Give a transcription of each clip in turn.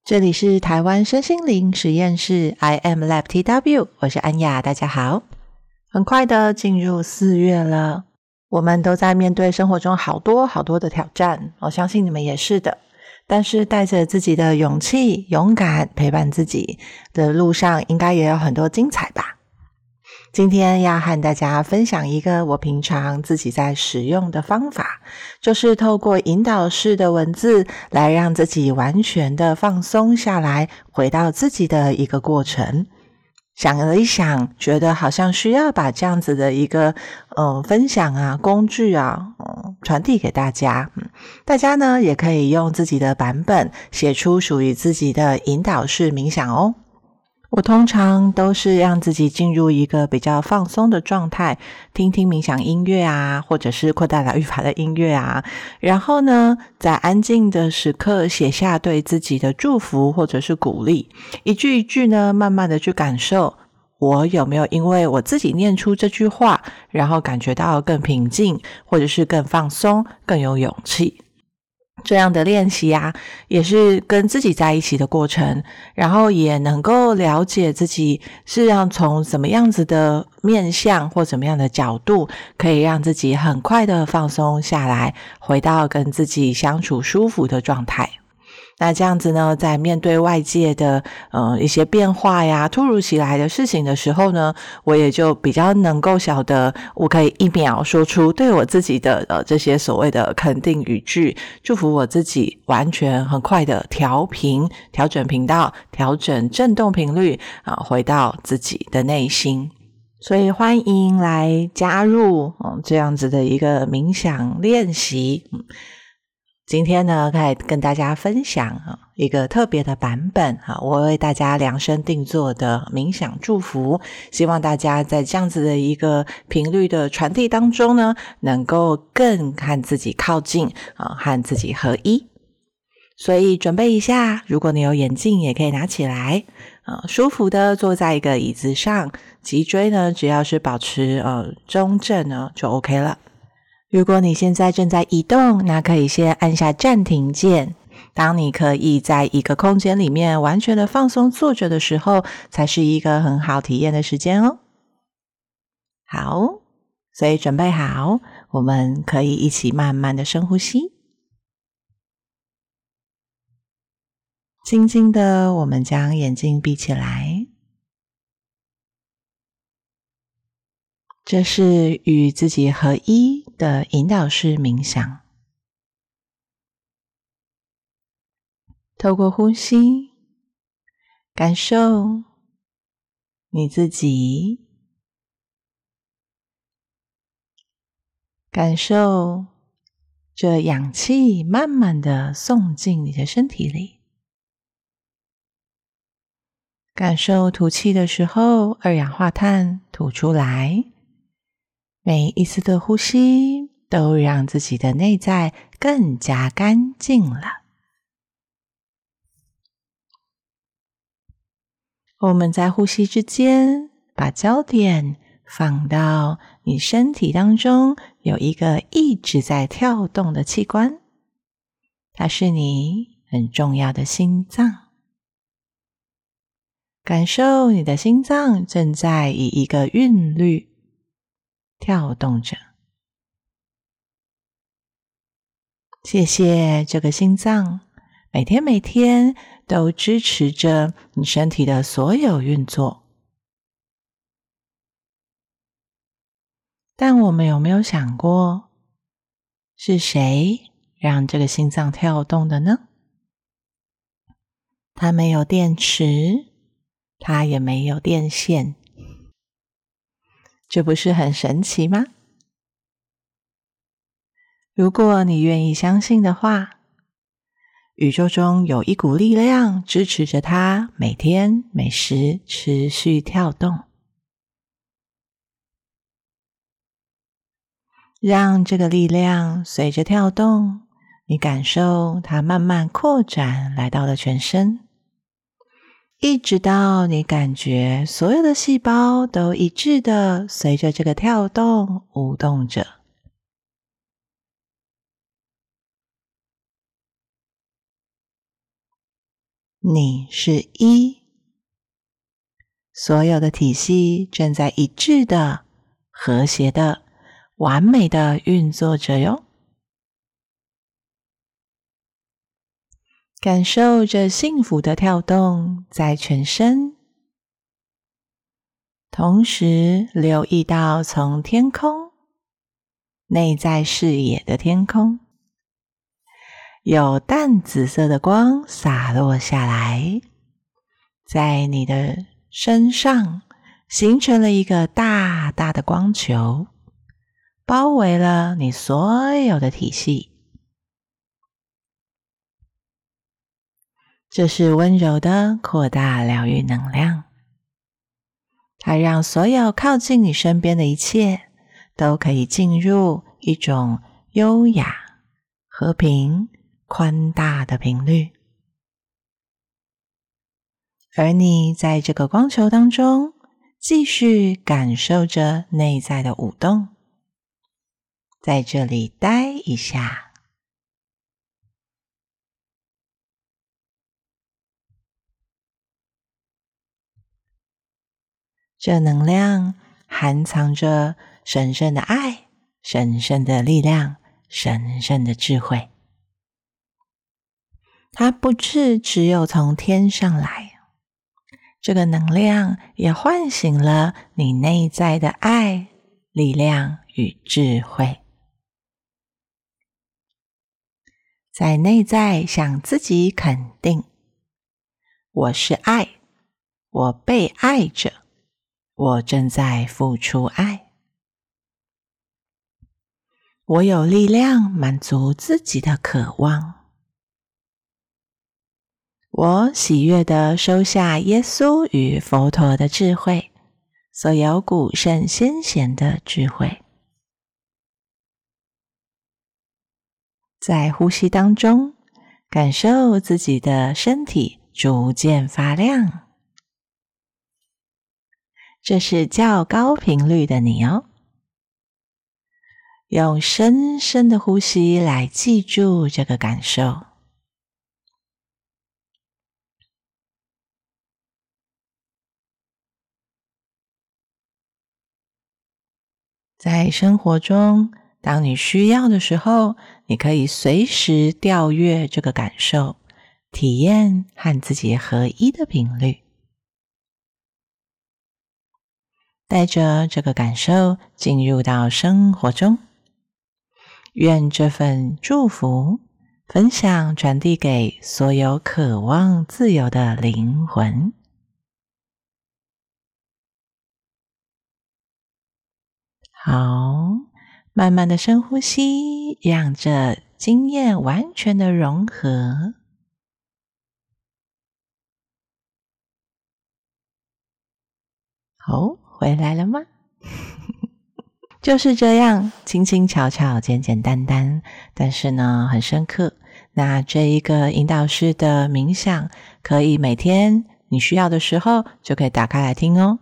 这里是台湾身心灵实验室 I am Lab TW， 我是安雅，大家好。很快的进入4月了，我们都在面对生活中好多的挑战，我相信你们也是的。但是带着自己的勇气、勇敢陪伴自己的路上，应该也有很多精彩吧。今天要和大家分享一个我平常自己在使用的方法，就是透过引导式的文字来让自己完全的放松下来，回到自己的一个过程。想了一想，觉得好像需要把这样子的一个分享啊、工具啊传递给大家。大家呢也可以用自己的版本写出属于自己的引导式冥想哦。我通常都是让自己进入一个比较放松的状态，听听冥想音乐啊，或者是扩大疗愈法的音乐啊，然后呢，在安静的时刻写下对自己的祝福或者是鼓励，一句一句呢，慢慢的去感受，我有没有因为我自己念出这句话，然后感觉到更平静，或者是更放松，更有勇气。这样的练习啊，也是跟自己在一起的过程，然后也能够了解自己是要从什么样子的面向或什么样的角度，可以让自己很快的放松下来，回到跟自己相处舒服的状态。那这样子呢，在面对外界的一些变化呀，突如其来的事情的时候呢，我也就比较能够晓得，我可以一秒说出对我自己的这些所谓的肯定语句，祝福我自己完全很快的调整频道，调整振动频率回到自己的内心。所以欢迎来加入这样子的一个冥想练习。今天呢，可以跟大家分享一个特别的版本，我为大家量身定做的冥想祝福，希望大家在这样子的一个频率的传递当中呢，能够更和自己靠近，和自己合一。所以准备一下，如果你有眼镜也可以拿起来，舒服的坐在一个椅子上，脊椎呢只要是保持中正呢就 OK 了。如果你现在正在移动，那可以先按下暂停键。当你可以在一个空间里面完全的放松坐着的时候，才是一个很好体验的时间哦。好，所以准备好，我们可以一起慢慢的深呼吸。轻轻的，我们将眼睛闭起来。这是与自己合一的引导式冥想。透过呼吸，感受你自己，感受这氧气慢慢的送进你的身体里，感受吐气的时候，二氧化碳吐出来，每一次的呼吸都让自己的内在更加干净了。我们在呼吸之间，把焦点放到你身体当中有一个一直在跳动的器官，它是你很重要的心脏。感受你的心脏正在以一个韵律跳动着。谢谢这个心脏，每天都支持着你身体的所有运作。但我们有没有想过，是谁让这个心脏跳动的呢？它没有电池，它也没有电线，这不是很神奇吗？如果你愿意相信的话，宇宙中有一股力量支持着它每天每时持续跳动，让这个力量随着跳动，你感受它慢慢扩展来到了全身，一直到你感觉所有的细胞都一致的随着这个跳动舞动着。 你是一，所有的体系正在一致的、和谐的、完美的运作着哟。感受着幸福的跳动在全身，同时留意到从天空，内在视野的天空，有淡紫色的光洒落下来，在你的身上形成了一个大大的光球，包围了你所有的体系。这是温柔的扩大疗愈能量，它让所有靠近你身边的一切都可以进入一种优雅、和平、宽大的频率。而你在这个光球当中，继续感受着内在的舞动，在这里待一下。这能量含藏着神圣的爱、神圣的力量、神圣的智慧。它不是只有从天上来，这个能量也唤醒了你内在的爱、力量与智慧。在内在向自己肯定：我是爱，我被爱着，我正在付出爱，我有力量满足自己的渴望，我喜悦地收下耶稣与佛陀的智慧，所有古圣先贤的智慧。在呼吸当中，感受自己的身体逐渐发亮。这是较高频率的你哦。用深深的呼吸来记住这个感受。在生活中，当你需要的时候，你可以随时调阅这个感受，体验和自己合一的频率。带着这个感受进入到生活中，愿这份祝福分享传递给所有渴望自由的灵魂。好，慢慢的深呼吸，让这经验完全的融合。好，回来了吗？就是这样，轻轻巧巧，简简单单，但是呢，很深刻。那这一个引导式的冥想，可以每天你需要的时候，就可以打开来听哦。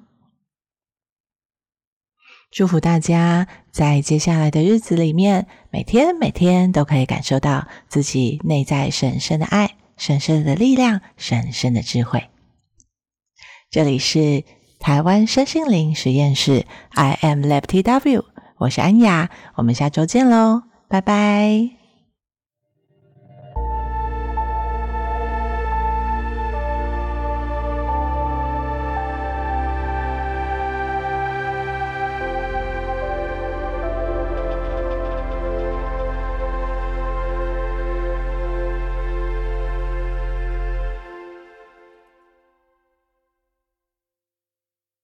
祝福大家在接下来的日子里面，每天都可以感受到自己内在神圣的爱、神圣的力量、神圣的智慧。这里是台湾身心灵实验室 I am Lab TW， 我是安雅，我们下周见咯，拜拜。